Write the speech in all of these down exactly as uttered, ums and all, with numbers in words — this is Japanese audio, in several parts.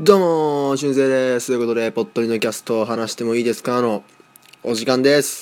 どうもしゅんせいです。ということでぽっとりのキャストを話してもいいですかのお時間です。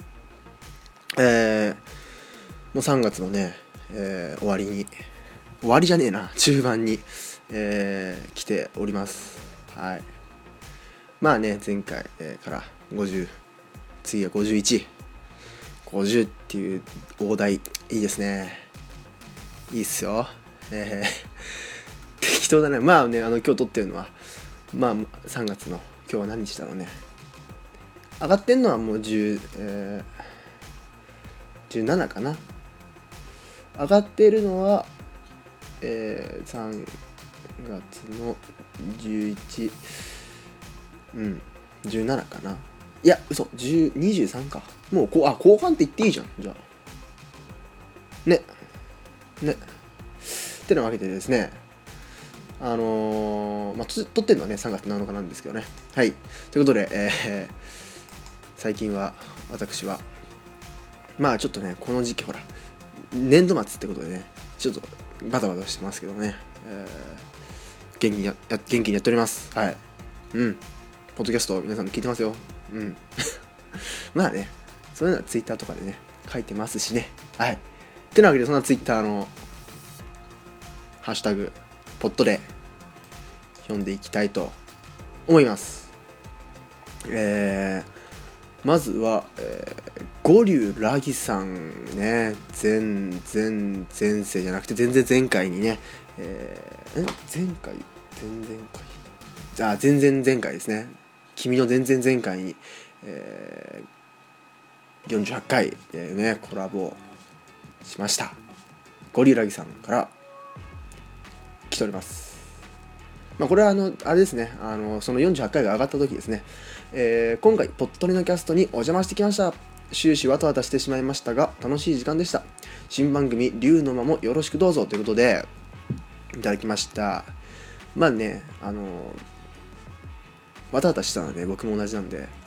えー、もうさんがつのね、えー、終わりに終わりじゃねえな中盤に、えー、来ております。はい。まあね、前回、えー、からごじゅう、次はごじゅういち、ごじゅうっていう大台いいですね。いいっすよ。えー適当だね。まあね、あの今日撮ってるのはまあさんがつの今日は何日だろうね。上がってんのはもうじゅう、えー、じゅうななかな。上がってるのは、えー、さんがつのじゅういち、うんじゅうななかな。いや嘘じゅう、にじゅうさんか。もうこうあ後半って言っていいじゃん。じゃあねねってなわけでですね、あのー、まあ撮ってるのはねさんがつなのかなんですけどね。はい、ということで、えー、最近は私はまあちょっとねこの時期ほら年度末ってことでねちょっとバタバタしてますけどね、えー、元気にやや元気にやっております。はい。うんポッドキャスト皆さん聞いてますよ。うんまあねそういうのはツイッターとかでね書いてますしね。はい。ってなわけでそんなツイッターのハッシュタグポットで読んでいきたいと思います。えー、まずは、えー、五竜ラギさんね、前前前世じゃなくて全然前回にね、えー、ん前回前々回じゃあ前々前回ですね。君の前々前回に、えー、よんじゅうはちかいでねコラボしました。五竜ラギさんから来ております。まあ、これはあのあれですね、あのそのよんじゅうはちかいが上がった時ですね、えー、今回ポットリのキャストにお邪魔してきました。終始わたわたしてしまいましたが楽しい時間でした。新番組竜の間もよろしくどうぞということでいただきました。まあね、あのわたわたしたのはね僕も同じなんで、あの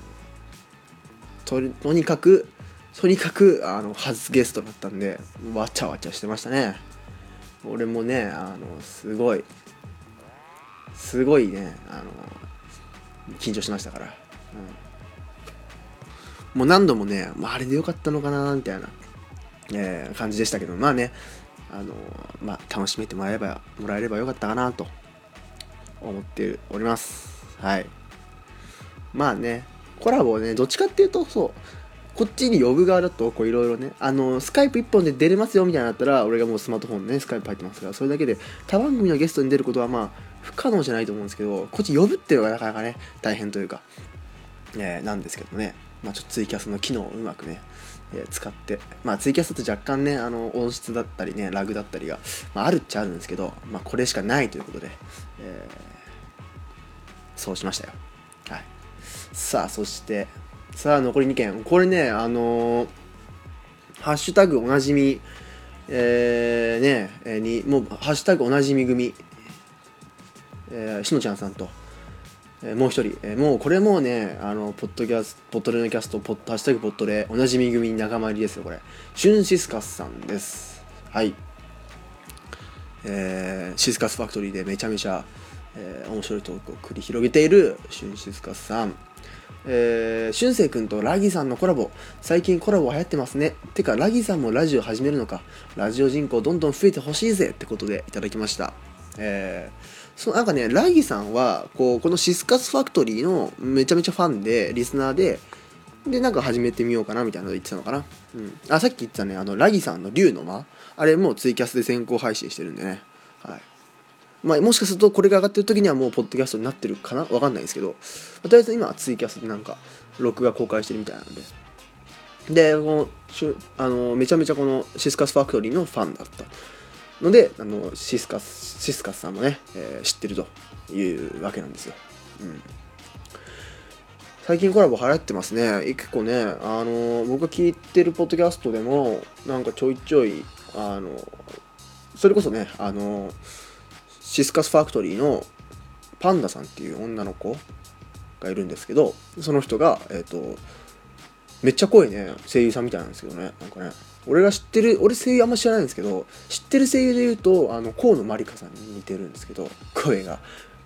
と, とにかくとにかくあの初ゲストだったんでわちゃわちゃしてましたね。俺もねあのすごいすごいねあの緊張しましたから、うん、もう何度もね、まあ、あれでよかったのかなみたいな、えー、感じでしたけど、まあねあの、まあ、楽しめてもらえればもらえればよかったかなと思っております。はい。まあねコラボをねどっちかっていうとそうこっちに呼ぶ側だとこういろいろねあのスカイプ一本で出れますよみたいなのだったら俺がもうスマートフォンねスカイプ入ってますからそれだけで他番組のゲストに出ることはまあ不可能じゃないと思うんですけどこっち呼ぶっていうのがなかなかね大変というか、えー、なんですけどね、まあ、ちょっとツイキャスの機能をうまくね、えー、使ってまあツイキャスって若干ねあの音質だったりねラグだったりが、まあ、あるっちゃあるんですけど、まあ、これしかないということで、えー、そうしましたよ。はい。さあそしてさあ残りにけんこれねあのー、ハッシュタグおなじみえー、ねえー、にもうハッシュタグおなじみ組、えー、しのちゃんさんと、えー、もう一人、えー、もうこれもうねあのポッドキャスポットレのキャストポッハッシュタグポットレおなじみ組仲間入りですよ。これシュンシスカスさんです。はい。えー、シスカスファクトリーでめちゃめちゃ、えー、面白いトークを繰り広げているシュンシスカスさん、えー、しゅんせいくんとラギさんのコラボ最近コラボ流行ってますね。てかラギさんもラジオ始めるのか。ラジオ人口どんどん増えてほしいぜってことでいただきました。えー、そのなんかねラギさんはこうこのシスカスファクトリーのめちゃめちゃファンでリスナーででなんか始めてみようかなみたいなの言ってたのかな。うん、あさっき言ってたねあのラギさんの竜の間あれもツイキャスで先行配信してるんでね。はい。まあ、もしかするとこれが上がってる時にはもうポッドキャストになってるかなわかんないですけど、まあ、とりあえず今はツイキャスでなんか録画公開してるみたいなのででこのあのめちゃめちゃこのシスカスファクトリーのファンだったのであのシスカスシスカスさんもね、えー、知ってるというわけなんですよ。うん、最近コラボ流行ってますね。結構ねあの僕が聞いてるポッドキャストでもなんかちょいちょいあのそれこそねあのシスカスファクトリーのパンダさんっていう女の子がいるんですけどその人が、えーと、めっちゃ声ね声優さんみたいなんですけどねなんかね俺が知ってる俺声優あんま知らないんですけど知ってる声優で言うとあの河野まりかさんに似てるんですけど声が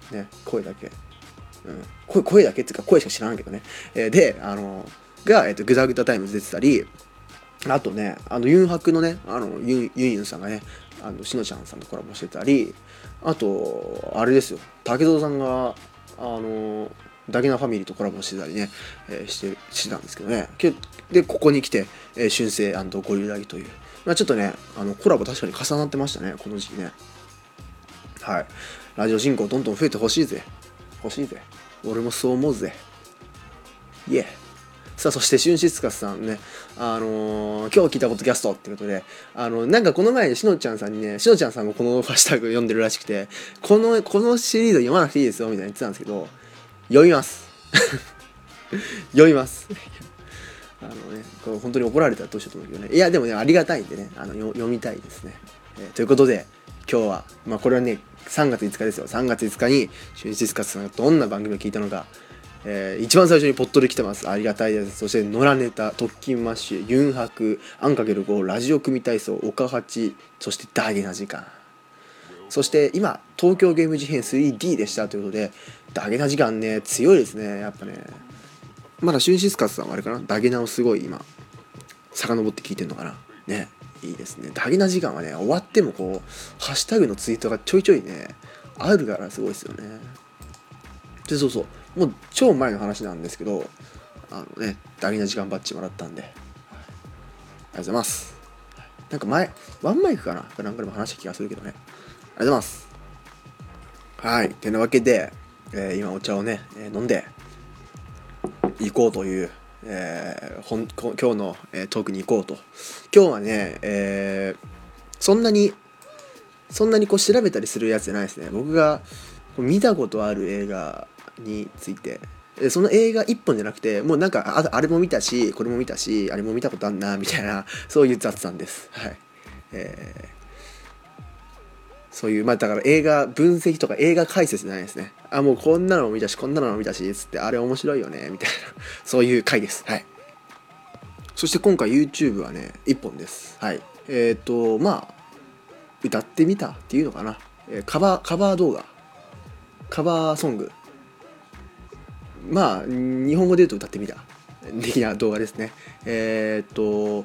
ね、声だけ、うん、声, 声だけっていうか声しか知らんけどね、えー、であのが、えー、とグダグダタイムズ出てたり、あとねあのユンハクのねあのユンユンユンさんがねあのしのちゃんさんとコラボしてたり、あとあれですよ武蔵さんがあのダゲナファミリーとコラボしてたりね、えー、してしてたんですけどね。でここに来て、えー、春生&ゴリラギという、まあ、ちょっとねあのコラボ確かに重なってましたねこの時期ね。はい、ラジオ進行どんどん増えてほしいぜ欲しいぜ俺もそう思うぜイエー。さあそしてシュンシスカスさんね、あのー、今日聞いたポッドキャストってことで、あのなんかこの前にしのちゃんさんにね、しのちゃんさんもこのハッシュタグ読んでるらしくて、このこのシリーズ読まなくていいですよみたいな言ってたんですけど、読みます読みますあのね、これ本当に怒られたらどうしようと思うけどね、いやでもねありがたいんでね、あの読みたいですね、えー、ということで今日はまあこれはねさんがついつかですよ。さんがついつかにシュンシスカスさんがどんな番組を聞いたのか、えー、一番最初にポットで来てます。ありがたいです。そして野良ネタ、特勤マッシュ、ユンハク、アンかけるご、ラジオ組体操、オカハチ、そしてダゲな時間、そして今東京ゲーム事変 スリーディー でしたということで、ダゲな時間ね強いですね。やっぱねまだシュンシスカスさんはあれかな、ダゲナをすごい今遡って聞いてんのかなね。いいですね。ダゲな時間はね終わってもこうハッシュタグのツイートがちょいちょいねあるからすごいですよね。でそうそうもう超前の話なんですけど、あのねダゲな時間バッジもらったんで、はい、ありがとうございます。なんか前ワンマイクかなかなんかでも話した気がするけどね、ありがとうございます。はい、てなわけで、えー、今お茶をね、えー、飲んで行こうという、えー、ほん今日の、えー、トークに行こうと。今日はね、えー、そんなにそんなにこう調べたりするやつじゃないですね。僕が見たことある映画について、その映画一本じゃなくて、もうなんか あ, あれも見たしこれも見たしあれも見たことあんなみたいな、そういう雑談です。はい、えー、そういうまあだから映画分析とか映画解説じゃないですね。あもうこんなのも見たしこんなのも見たしつってあれ面白いよねみたいなそういう回です。はい。そして今回 YouTube はね一本です。はい。えっ、ー、とまあ歌ってみたっていうのかな、えー、カバーカバー動画カバーソング、まあ日本語で言うと歌ってみた的な動画ですね。えっ、ー、と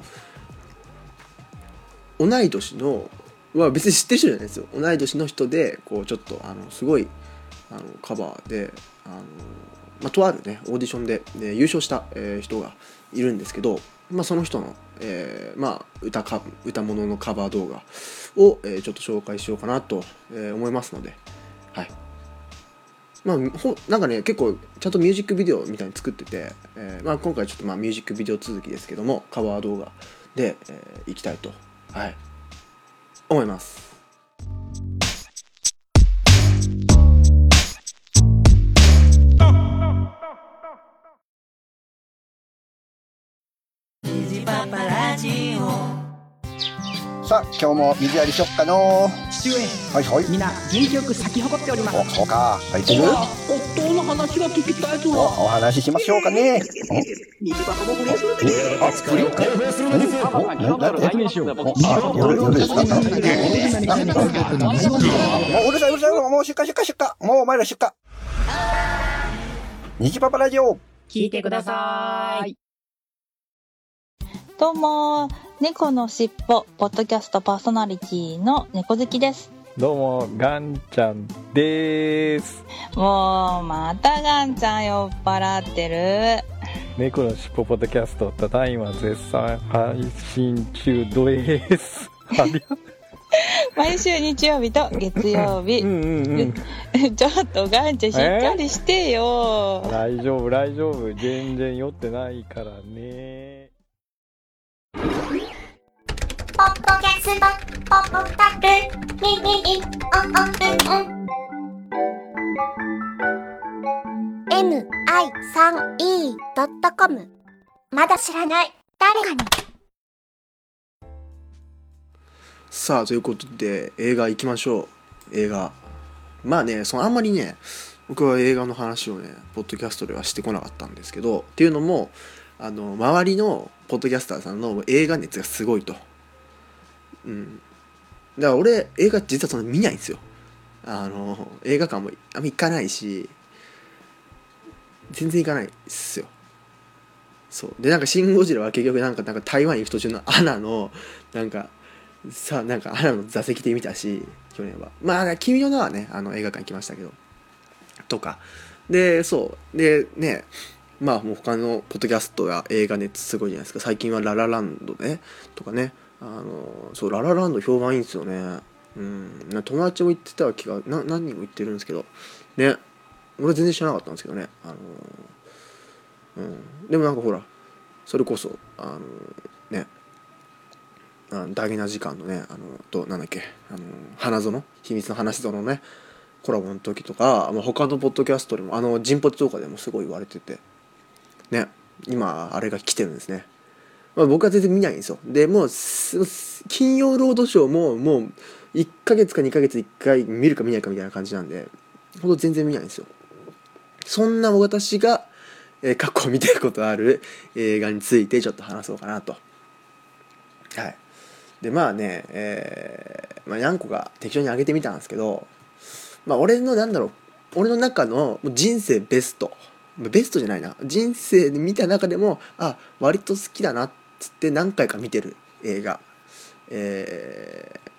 同い年のは別に知ってる人じゃないですよ。同い年の人でこうちょっとあのすごいあのカバーであの、まあ、とあるねオーディションで、で優勝した、えー、人がいるんですけど、まあ、その人の、えーまあ、歌か歌物のカバー動画を、えー、ちょっと紹介しようかなと、えー、思いますので、はい。まあ、ほなんかね結構ちゃんとミュージックビデオみたいに作ってて、えーまあ、今回ちょっとまあミュージックビデオ続きですけどもカバー動画で、えー、いきたいと、はい、思います。 さあ今日も水やりしよっかの。 父上、 はいはい、 みんな元気よく咲き誇っております。 お、そうか、咲いてる。 夫の話が聞きたいぞ。 お、お話ししましょうかね。 水箱も不倫するんです。 あ、不倫興奮するんです。 パパさん今日の夜来ましょう。 あ、夜夜ですか。もううるさいうるさい、もう出荷出荷出荷、もうお前ら出荷。虹パパラジオ聞いてください。 どうも猫のしっぽポッドキャストパーソナリティの猫好きです。 どうもガンちゃんです。 もうまたガンちゃん酔っ払ってる。 猫のしっぽポッドキャストただいま絶賛配信中です。 毎週日曜日と月曜日。うんうんうん、ちょっとガンちゃんしっかりしてよ。 大丈夫大丈夫、全然酔ってないからね。 ポッドキャストポッドタブミミミオンオンうんうん エムアイスリーイードットコム まだ知らない誰かに。 さあということで映画行きましょう。映画まあねそのあんまりね僕は映画の話をねポッドキャストではしてこなかったんですけど、っていうのもあの周りのポッドキャスターさんの映画熱がすごいと。うん、だから俺映画実はそんな見ないんですよ。 あの映画館もあんま行かないし、全然行かないっすよ。そうで、なんかシン・ゴジラは結局なんかなんか台湾行く途中のアナのなんかさなんかアナの座席で見たし、去年はまあ君の名はね、あの映画館行きましたけどとかで、そうでね、まあもう他のポッドキャストや映画熱すごいじゃないですか。最近はララランドねとかね、あのそうララランド評判いいんですよね。うん、友達も言ってた気がな何人も言ってるんですけどね、俺全然知らなかったんですけどね、あのうん、でもなんかほらそれこそあのねあのダゲな時間のね、あのとなんだっけ、あの花園秘密の話園のねコラボの時とか、まあ、他のポッドキャストでもあのジンポチとかでもすごい言われててね、今あれが来てるんですね。まあ、僕は全然見ないんですよ。でもう金曜ロードショーももういっかげつかにかげついっかい見るか見ないかみたいな感じなんで、ほんと全然見ないんですよ。そんな私が、えー、過去見てることある映画についてちょっと話そうかなと。はい。でまあね、えー、まあ何個か適当に上げてみたんですけど、まあ俺のなんだろう俺の中の人生ベストベストじゃないな人生で見た中でもあ割と好きだなっつって何回か見てる映画、えー、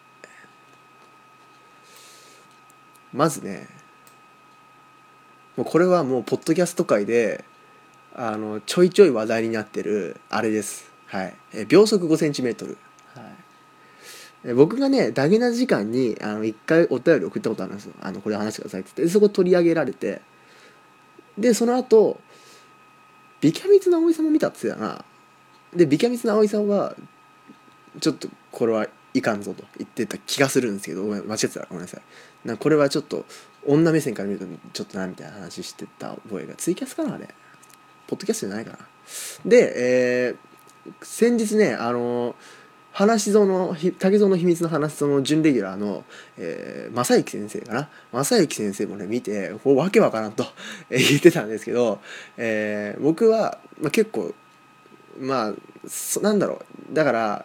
まずね、もうこれはもうポッドキャスト界であのちょいちょい話題になってるあれです。はい、え秒速 ごセンチメートル、はい、え僕がねダゲな時間にあのいっかいお便り送ったことあるんですよ。あのこれ話してくださいって言って、そこ取り上げられて、でその後ビキャミツの葵さんも見たって言ってたな。でビキャミツの葵さんはちょっとこれはいかんぞと言ってた気がするんですけど、ごめん間違ってたらごめんなさい。なんかこれはちょっと女目線から見るとちょっとなみたいな話してた覚えが、ツイキャスかなあれポッドキャストじゃないかな。で、えー、先日ねあの話し園の竹園の秘密の話し園の準レギュラーの、えー、正幸先生かな正幸先生もね見てこうわけわからんと言ってたんですけど、えー、僕は、まあ、結構まあなんだろうだから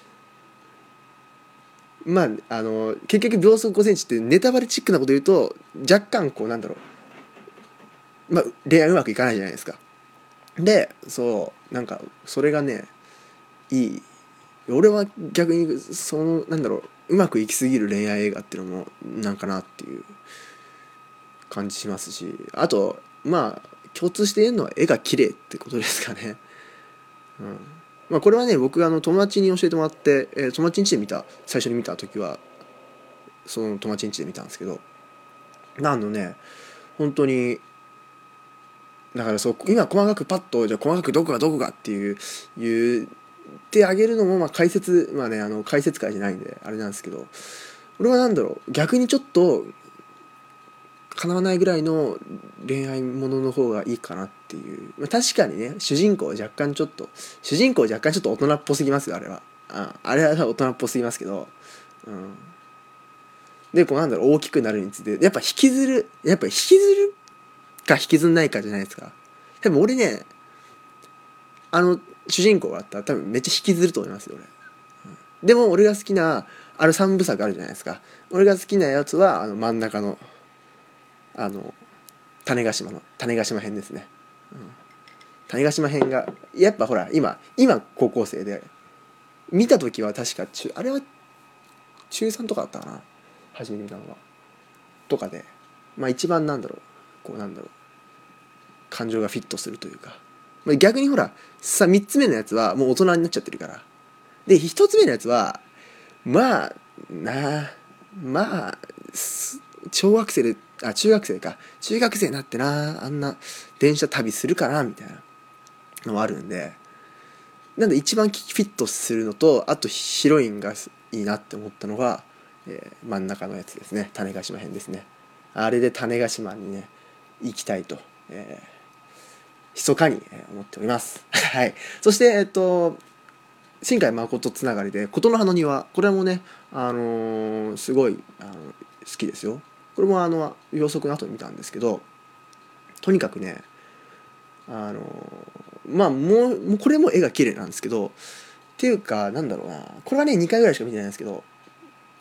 まああの結局秒速ごセンチってネタバレチックなこと言うと若干こうなんだろうまあ恋愛うまくいかないじゃないですか。でそうなんかそれがねいい。俺は逆にそのなんだろううまくいきすぎる恋愛映画っていうのもなんかなっていう感じしますし、あとまあ共通して言えるのは絵が綺麗ってことですかね。うん、まあこれはね僕あの友達に教えてもらって、えー、友達ん家で見た最初に見た時はその友達ん家で見たんですけど、なんのね本当にだからそう今細かくパッとじゃあ細かくどこがどこがっていういうってあげるのもまあ解説まあねあの解説会じゃないんであれなんですけど、俺はなんだろう逆にちょっと叶わないぐらいの恋愛ものの方がいいかなっていう、まあ、確かにね主人公は若干ちょっと主人公は若干ちょっと大人っぽすぎますよあれは。ああれは大人っぽすぎますけど、うん、でこうなんだろう大きくなるにつれてやっぱ引きずるやっぱ引きずるか引きずんないかじゃないですか。多分俺ねあの主人公があったら多分めっちゃ引きずると思いますよ俺、うん、でも俺が好きなあれさんぶさくあるじゃないですか。俺が好きなやつはあの真ん中のあの種子島の種子島編ですね、うん、種子島編がやっぱほら今今高校生で見た時は確か中あれは中さんとかだったかな初めて見たのはとかでまあ一番なんだろうこうなんだろう感情がフィットするというか、逆にほらさみっつめのやつはもう大人になっちゃってるから、でひとつめのやつはまあなあまあ小学生であ中学生か中学生になってなあんな電車旅するかなみたいなのもあるんで、なんで一番フィットするのとあとヒロインがいいなって思ったのが、えー、真ん中のやつですね種子島編ですね。あれで種子島にね行きたいと、えー密かに思っておりますはい。そしてえっと新海誠つながりで琴の葉の庭、これもねあのー、すごいあの好きですよ。これもあの秒速の後に見たんですけど、とにかくねあのー、まあもう、もうこれも絵が綺麗なんですけどっていうかなんだろうなこれはねにかいぐらいしか見てないんですけど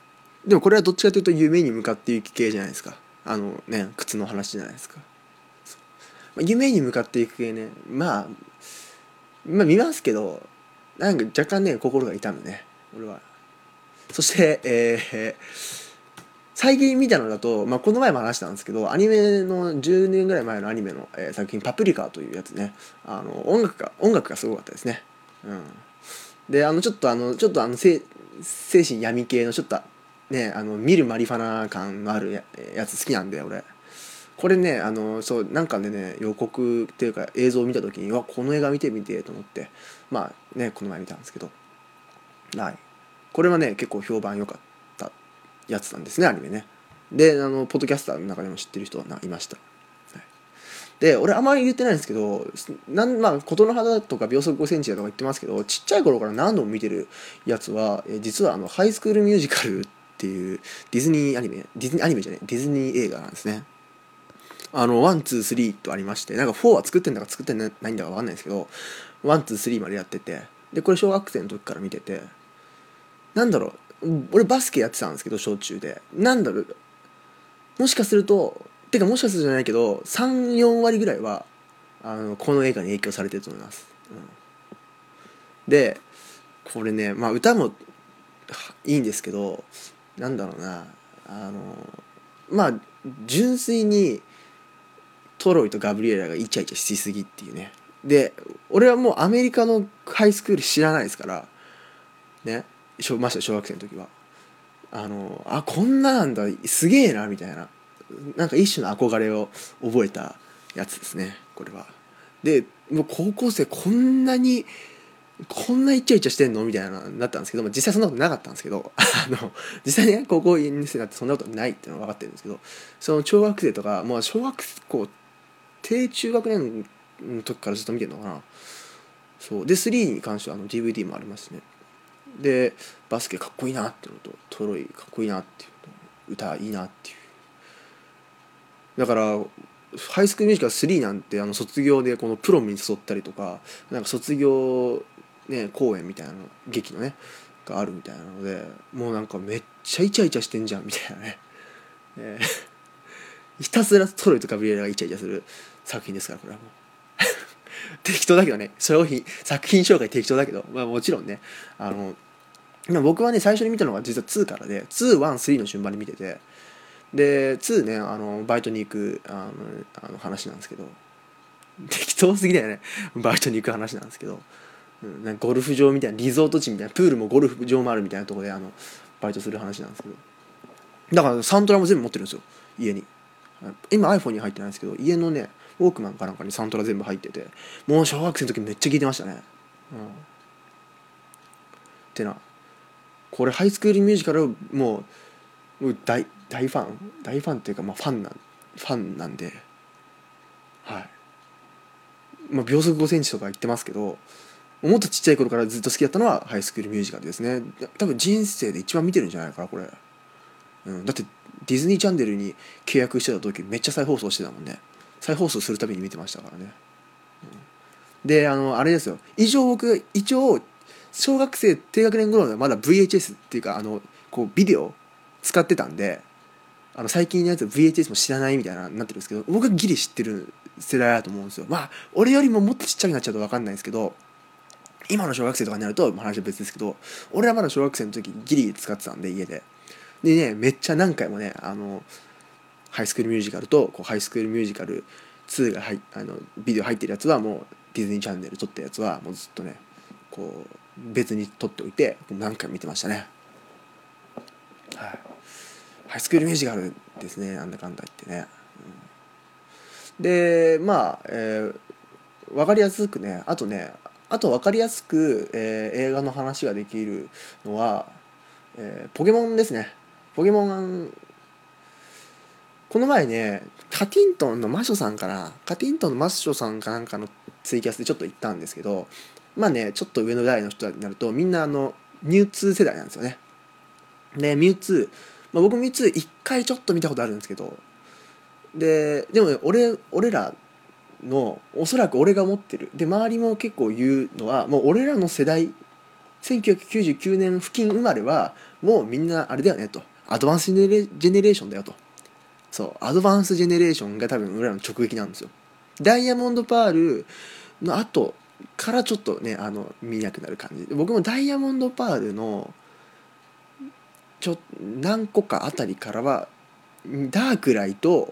でもこれはどっちかというと夢に向かっていく系じゃないですか。あのね、靴の話じゃないですか。まあ、夢に向かっていく系ね、まあまあ見ますけど、なんか若干ね心が痛むね俺は。そしてえー、最近見たのだと、まあ、この前も話したんですけど、アニメのじゅうねんぐらい前のアニメの、えー、作品パプリカというやつね、あの音楽が音楽がすごかったですね。うん、であのちょっとあのちょっとあの精精神闇系のちょっとね、あの見るマリファナ感のある や, やつ好きなんで俺。これね、あのそうなんかでね予告っていうか映像を見た時にわこの映画見てみてと思って、まあねこの前見たんですけど、はい、これはね結構評判良かったやつなんですね、アニメね。であのポッドキャスターの中でも知ってる人はいました。はい、で俺あまり言ってないんですけど、なんまあ琴の葉だとか秒速ごセンチだとか言ってますけど、ちっちゃい頃から何度も見てるやつは、え実はあのハイスクールミュージカルっていうディズニーアニメディズニーアニメじゃないディズニー映画なんですね。あのワンツースリーとありまして、なんかフォーは作ってんだか作ってないんだか分かんないですけど、ワンツースリーまでやってて、でこれ小学生の時から見てて、なんだろう、俺バスケやってたんですけど小中で、なんだろう、もしかするとてかもしかするとじゃないけど さん,よん 割ぐらいはあのこの映画に影響されてると思います。うん、でこれね、まあ歌もいいんですけど、なんだろうな、あのまあ純粋にトロイとガブリエラがイチャイチャしすぎっていうね。で俺はもうアメリカのハイスクール知らないですからね、まして小学生の時はあのあこんななんだすげえなみたいな、なんか一種の憧れを覚えたやつですねこれは。でもう高校生こんなにこんなイチャイチャしてんのみたいななったんですけど、実際そんなことなかったんですけどあの実際ね高校に生になってそんなことないっていうのは分かってるんですけど、その小学生とかもう小学校低中学年の時からずっと見てるのかな。そうでスリーに関してはあの ディーブイディー もありますね。でバスケかっこいいなっていうのと、トロイかっこいいなっていうのと、歌いいなっていう。だからハイスクールミュージカルスリーなんてあの卒業でこのプロムに誘ったりとか、なんか卒業、ね、公演みたいなの劇のねがあるみたいなので、もうなんかめっちゃイチャイチャしてんじゃんみたいなね、えー、ひたすらトロイとガブリエラがイチャイチャする作品ですから、これはもう適当だけどね、商品作品紹介適当だけど、まあ、もちろんねあの僕はね最初に見たのが実はツーからで、ツー、ワン、スリーの順番に見てて、でツーねあのバイトに行くあのあの話なんですけど、適当すぎだよねバイトに行く話なんですけど、うん、なんかゴルフ場みたいなリゾート地みたいな、プールもゴルフ場もあるみたいなところであのバイトする話なんですけど、だからサントラも全部持ってるんですよ家に。今 iPhone に入ってないんですけど、家のねウォークマンかなんかにサントラ全部入ってて、もう小学生の時めっちゃ聴いてましたね。うん、ってな、これハイスクールミュージカルもうもう 大, 大ファン大ファンっていうか、まあ、ファンなんファンなんで、はい、まあ、秒速ごセンチとか言ってますけど、もっとちっちゃい頃からずっと好きだったのはハイスクールミュージカルですね。多分人生で一番見てるんじゃないかなこれ、うん、だってディズニーチャンネルに契約してた時めっちゃ再放送してたもんね。再放送するたびに見てましたからね。うん、であのあれですよ、一応僕一応小学生低学年頃はまだ ブイエイチエス っていうかあのこうビデオ使ってたんで、あの最近のやつ ブイエイチエス も知らないみたいななってるんですけど、僕はギリ知ってる世代だと思うんですよ。まあ俺よりももっとちっちゃくなっちゃうと分かんないんですけど、今の小学生とかになると話は別ですけど、俺はまだ小学生の時ギリ使ってたんで家で。でねめっちゃ何回もねあのハイスクールミュージカルとこうハイスクールミュージカルツーが入あのビデオ入ってるやつはもうディズニーチャンネル撮ったやつはもうずっとねこう別に撮っておいて何回も見てましたね。はい、ハイスクールミュージカルですね、なんだかんだ言ってね。うん、でまあ、えー、分かりやすくねあとねあと分かりやすく、えー、映画の話ができるのは、えー、ポケモンですね。ポケモンこの前ねカティントンのマショさんかなカティントンのマショさんかなんかのツイキャスでちょっと言ったんですけど、まあねちょっと上の代の人になるとみんなあのミュウツー世代なんですよね。でミュウツー、まあ、僕ミュウツー一回ちょっと見たことあるんですけど、ででも、ね、俺俺らのおそらく俺が持ってるで周りも結構言うのはもう俺らの世代せんきゅうひゃくきゅうじゅうきゅうねん付近生まれはもうみんなあれだよねと、 アドバンスジェネレジェネレーションだよと。そうアドバンスジェネレーションが多分俺らの直撃なんですよ。ダイヤモンドパールの後からちょっとねあの見なくなる感じ。僕もダイヤモンドパールのちょ何個かあたりからはダークライと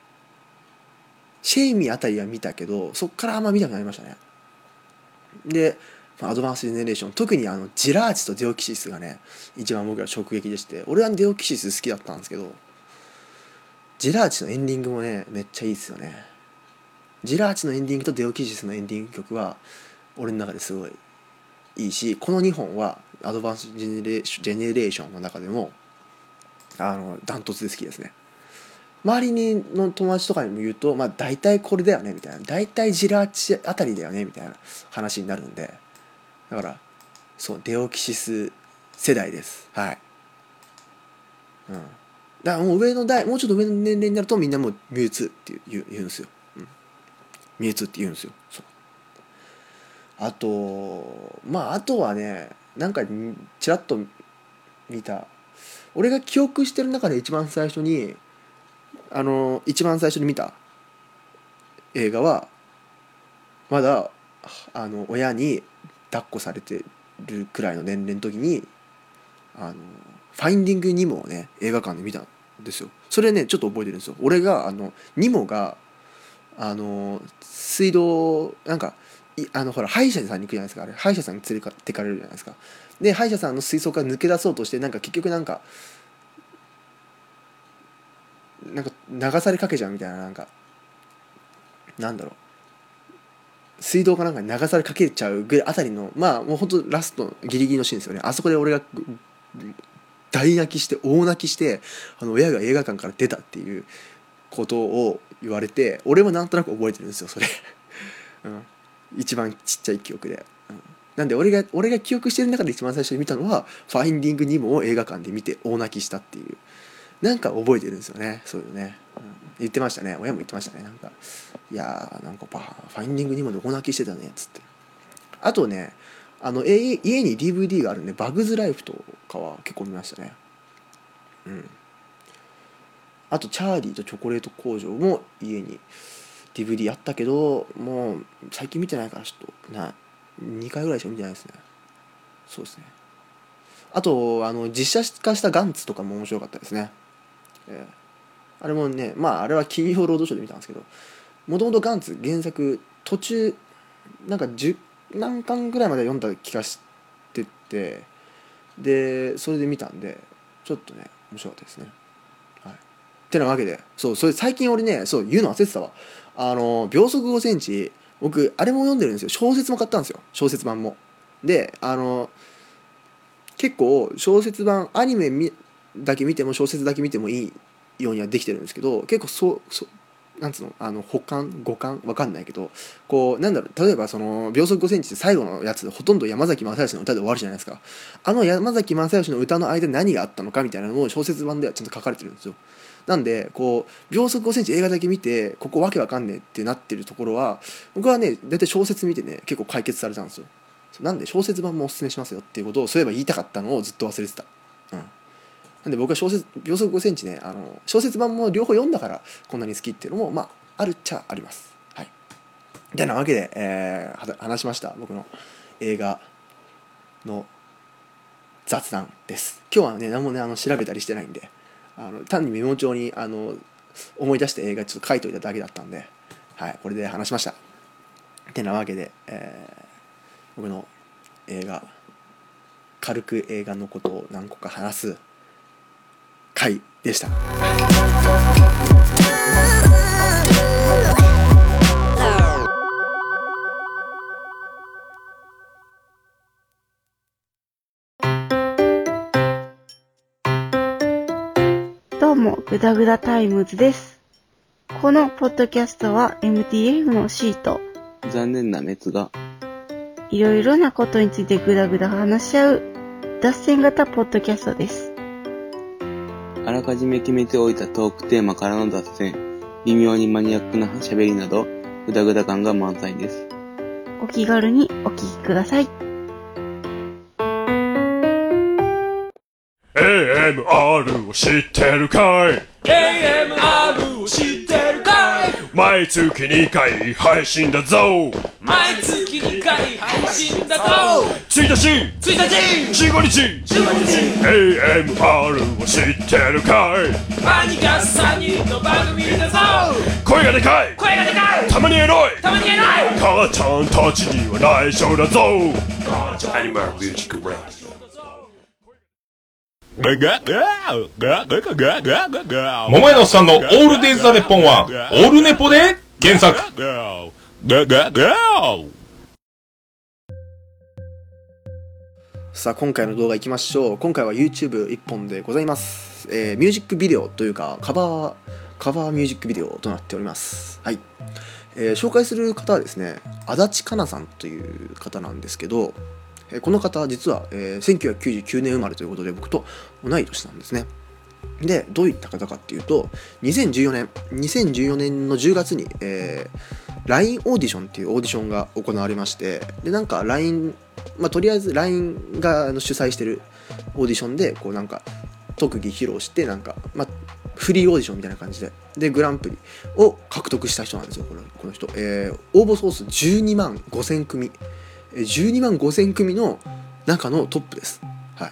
シェイミーあたりは見たけど、そっからあんま見なくなりましたね。でアドバンスジェネレーション、特にあのジラーチとデオキシスがね一番僕ら直撃でして、俺はデオキシス好きだったんですけど、ジラーチのエンディングもねめっちゃいいですよね。ジラーチのエンディングとデオキシスのエンディング曲は俺の中ですごいいいし、このにほんはアドバンスジェネレーション、ジェネレーションの中でもあのダントツで好きですね。周りにの友達とかにも言うと、まあ大体これだよねみたいな、大体ジラーチあたりだよねみたいな話になるんで、だからそうデオキシス世代です。はい。うん。だからもう上の代、もうちょっと上の年齢になるとみんなもうミュウツーって言う、言うんですよ。うん。ミュウツーって言うんですよ。そう。あとまああとはね、なんかちらっと見た、俺が記憶してる中で一番最初にあの一番最初に見た映画はまだあの親に抱っこされてるくらいの年齢の時にあのファインディングニモをね映画館で見たんですよ。それねちょっと覚えてるんですよ。俺があのニモがあの水道なんかいあのほら歯医者さんに行くじゃないですか。あれ歯医者さんに連れてかれるじゃないですか。で歯医者さんの水槽から抜け出そうとして、なんか結局なんかなんか流されかけちゃうみたいな、なんかなんだろう、水道かなんかに流されかけちゃうぐらいあたりの、まあもうほんとラストギリギリのシーンですよね。あそこで俺が大泣きして大泣きして、あの親が映画館から出たっていうことを言われて、俺もなんとなく覚えてるんですよそれ、うん、一番ちっちゃい記憶で、うん、なんで俺が俺が記憶してる中で一番最初に見たのはファインディングニモを映画館で見て大泣きしたっていう、なんか覚えてるんですよね。そういうね、うん、言ってましたね。親も言ってましたね。なんかいやーなんかバファインディングニモで大泣きしてたねっつって。あとねあの家に ディーブイディー があるんでバグズライフとかは結構見ましたね。うん。あとチャーリーとチョコレート工場も家に ディーブイディー やったけど、もう最近見てないからちょっとなにかいぐらいしか見てないですね。そうですね。あとあの実写化したガンツとかも面白かったですね。えー、あれもね、まああれは金曜ロードショーで見たんですけど、もともとガンツ原作途中なんかじゅうなんかんぐらいまで読んだ気がしてて、でそれで見たんでちょっとね面白かったですね。はい。ってなわけで、そうそれ最近俺ねそう言うの忘れてたわ。あの秒速ごセンチ、僕あれも読んでるんですよ。小説も買ったんですよ、小説版も。であの結構小説版アニメだけ見ても小説だけ見てもいいようにはできてるんですけど、結構そうそうなんつうのあの補完五感わかんないけど、こうなんだろう、例えばその秒速ごセンチって最後のやつほとんど山崎正義の歌で終わるじゃないですか。あの山崎正義の歌の間に何があったのかみたいなのを小説版ではちゃんと書かれてるんですよ。なんでこう秒速ごセンチ映画だけ見てここわけわかんねえってなってるところは、僕はねだいたい小説見てね結構解決されたんですよ。なんで小説版もおすすめしますよっていうことをそういえば言いたかったのをずっと忘れてた。うん。なんで僕は小説秒速ごセンチね、あの小説版も両方読んだからこんなに好きっていうのもまああるっちゃあります。はい。てなわけで、えー、話しました僕の映画の雑談です。今日はね何もねあの調べたりしてないんで、あの単にメモ帳にあの思い出した映画ちょっと書いといただけだったんで、はいこれで話しました。てなわけで、えー、僕の映画軽く映画のことを何個か話す回でした。 どうもグダグダタイムズです。このポッドキャストは エムティーエフ のシート、 残念な滅がいろいろなことについてグダグダ話し合う脱線型ポッドキャストです。 あらかじめ決めておいたトークテーマからの脱線、微妙にマニアックな喋りなどグダグダ感が満載です。 お気軽にお聞きください。 えええエーエムアール を知ってるかい？ エーエムアール を知ってるかい？ 毎月にかい配信だぞ。 毎月にかい配信だぞ。 ついたちついたちじゅうごにちじゅうごにちエーエムアール を知ってるかい？ マニガさんにんの番組だぞ。 声がでかい声がでかいたまにエロいたまにエロい母ちゃんたちには内緒だぞ。アニマルミュージックラジオ桃屋のおっさんのオールデイズ・ザ・ネッポンはオールネポで検索。 さあ今回の動画いきましょう。今回は YouTube 一本でございます、えー、ミュージックビデオというかカバーカバーミュージックビデオとなっております。はい、えー、紹介する方はですね、足立かなさんという方なんですけど、えー、この方実は、えー、せんきゅうひゃくきゅうじゅうきゅうねん生まれということで僕と同い年なんですね。でどういった方かっていうと、にせんじゅうよねんにせんじゅうよねんのじゅうがつに、えー、ライン オーディションっていうオーディションが行われまして、でなんか ライン、まあ、とりあえず ライン があの主催してるオーディションでこうなんか特技披露してなんか、まあ、フリーオーディションみたいな感じででグランプリを獲得した人なんですよ、この、この人、えー、応募総数じゅうにまんごせんくみ、じゅうにまんごせんくみの中のトップです。はい、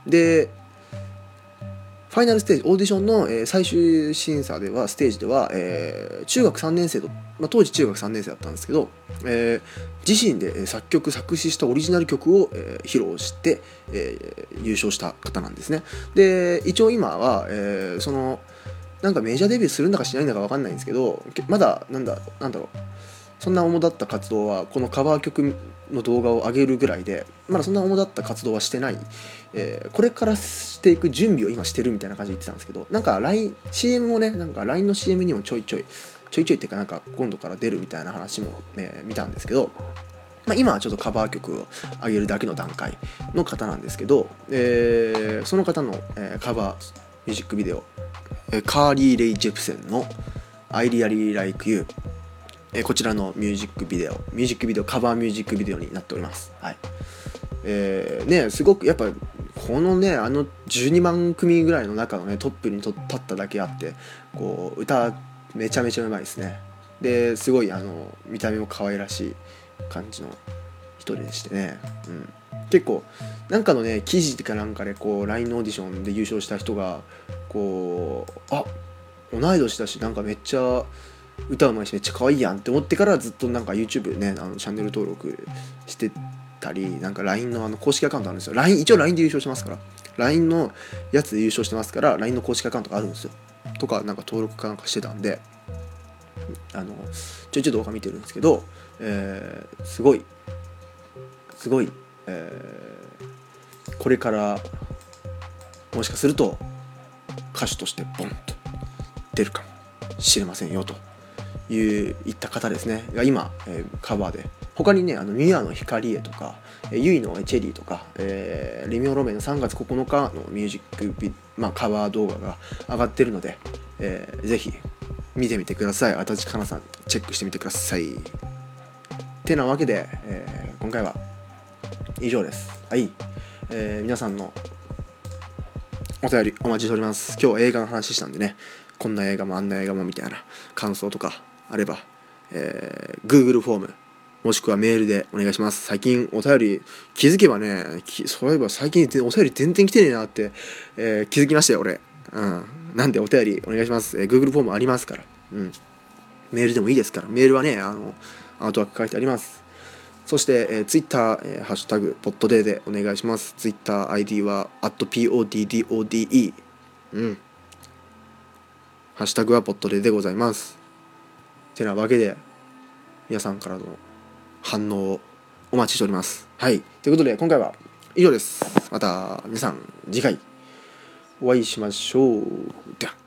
でファイナルステージオーディションの、えー、最終審査ではステージでは、えー、中学さんねん生と、まあ、当時中学さんねん生だったんですけど、えー、自身で作曲作詞したオリジナル曲を、えー、披露して、えー、優勝した方なんですね。で一応今は、えー、そのなんかメジャーデビューするんだかしないんだか分かんないんですけど、まだなんだなんだろうそんな主だった活動はこのカバー曲の動画を上げるぐらいで、まだそんな主だった活動はしてない、えー、これからしていく準備を今してるみたいな感じで言ってたんですけど、なんか ライン シーエム もね、なんか ライン の シーエム にもちょいちょいちょいちょいっていうかなんか今度から出るみたいな話も、ね、見たんですけど、まあ、今はちょっとカバー曲を上げるだけの段階の方なんですけど、えー、その方の、えー、カバーミュージックビデオ、えー、カーリー・レイ・ジェプセンの I Really Like You、えー、こちらのミュージックビデオミュージックビデオカバーミュージックビデオになっております。はい、えー、ねすごくやっぱこのねあのじゅうにまんくみぐらいの中のねトップに立っただけあってこう歌めちゃめちゃうまいですね。ですごいあの見た目も可愛らしい感じの人でしてね、うん、結構なんかのね記事かなんかでこう ライン のオーディションで優勝した人がこうあ同い年だしなんかめっちゃ歌うまいしめっちゃ可愛いやんって思ってからずっとなんか YouTube ねあのチャンネル登録してたり、なんか ライン のあの公式アカウントあるんですよ。 ライン 一応 ライン で優勝してますから ライン のやつで優勝してますから ライン の公式アカウントがあるんですよとかなんか登録かなんかしてたんであのちょいちょい動画見てるんですけど、えー、すごいすごい、えー、これからもしかすると歌手としてボンと出るかもしれませんよといういった方ですねが今、えー、カバーで他にねあのミュアの光へとか、えー、ユイのチェリーとか、えー、レミオロメンのさんがつここのかのミュージックビ、まあ、カバー動画が上がってるので、えー、ぜひ見てみてください。足立かなさんチェックしてみてください。てなわけで、えー、今回は以上です。はい、えー、皆さんのお便りお待ちしております。今日は映画の話したんでね、こんな映画もあんな映画もみたいな感想とかあれば、えー、Google フォームもしくはメールでお願いします。最近お便り気づけばね、そういえば最近お便り全然来てねえなって、えー、気づきましたよ俺。うん、なんでお便りお願いします。えー、Google フォームありますから、うん、メールでもいいですから、メールはねあのアートワーク書いてあります。そして、えー、Twitter、えー、ハッシュタグポッドデーでお願いします。Twitter アイディー は アット ピーオーディーディーオーディーイー、 うん、ハッシュタグはポッドデーでございます。てなわけで皆さんからの反応をお待ちしております。はい、ということで今回は以上です。また皆さん次回お会いしましょう。では。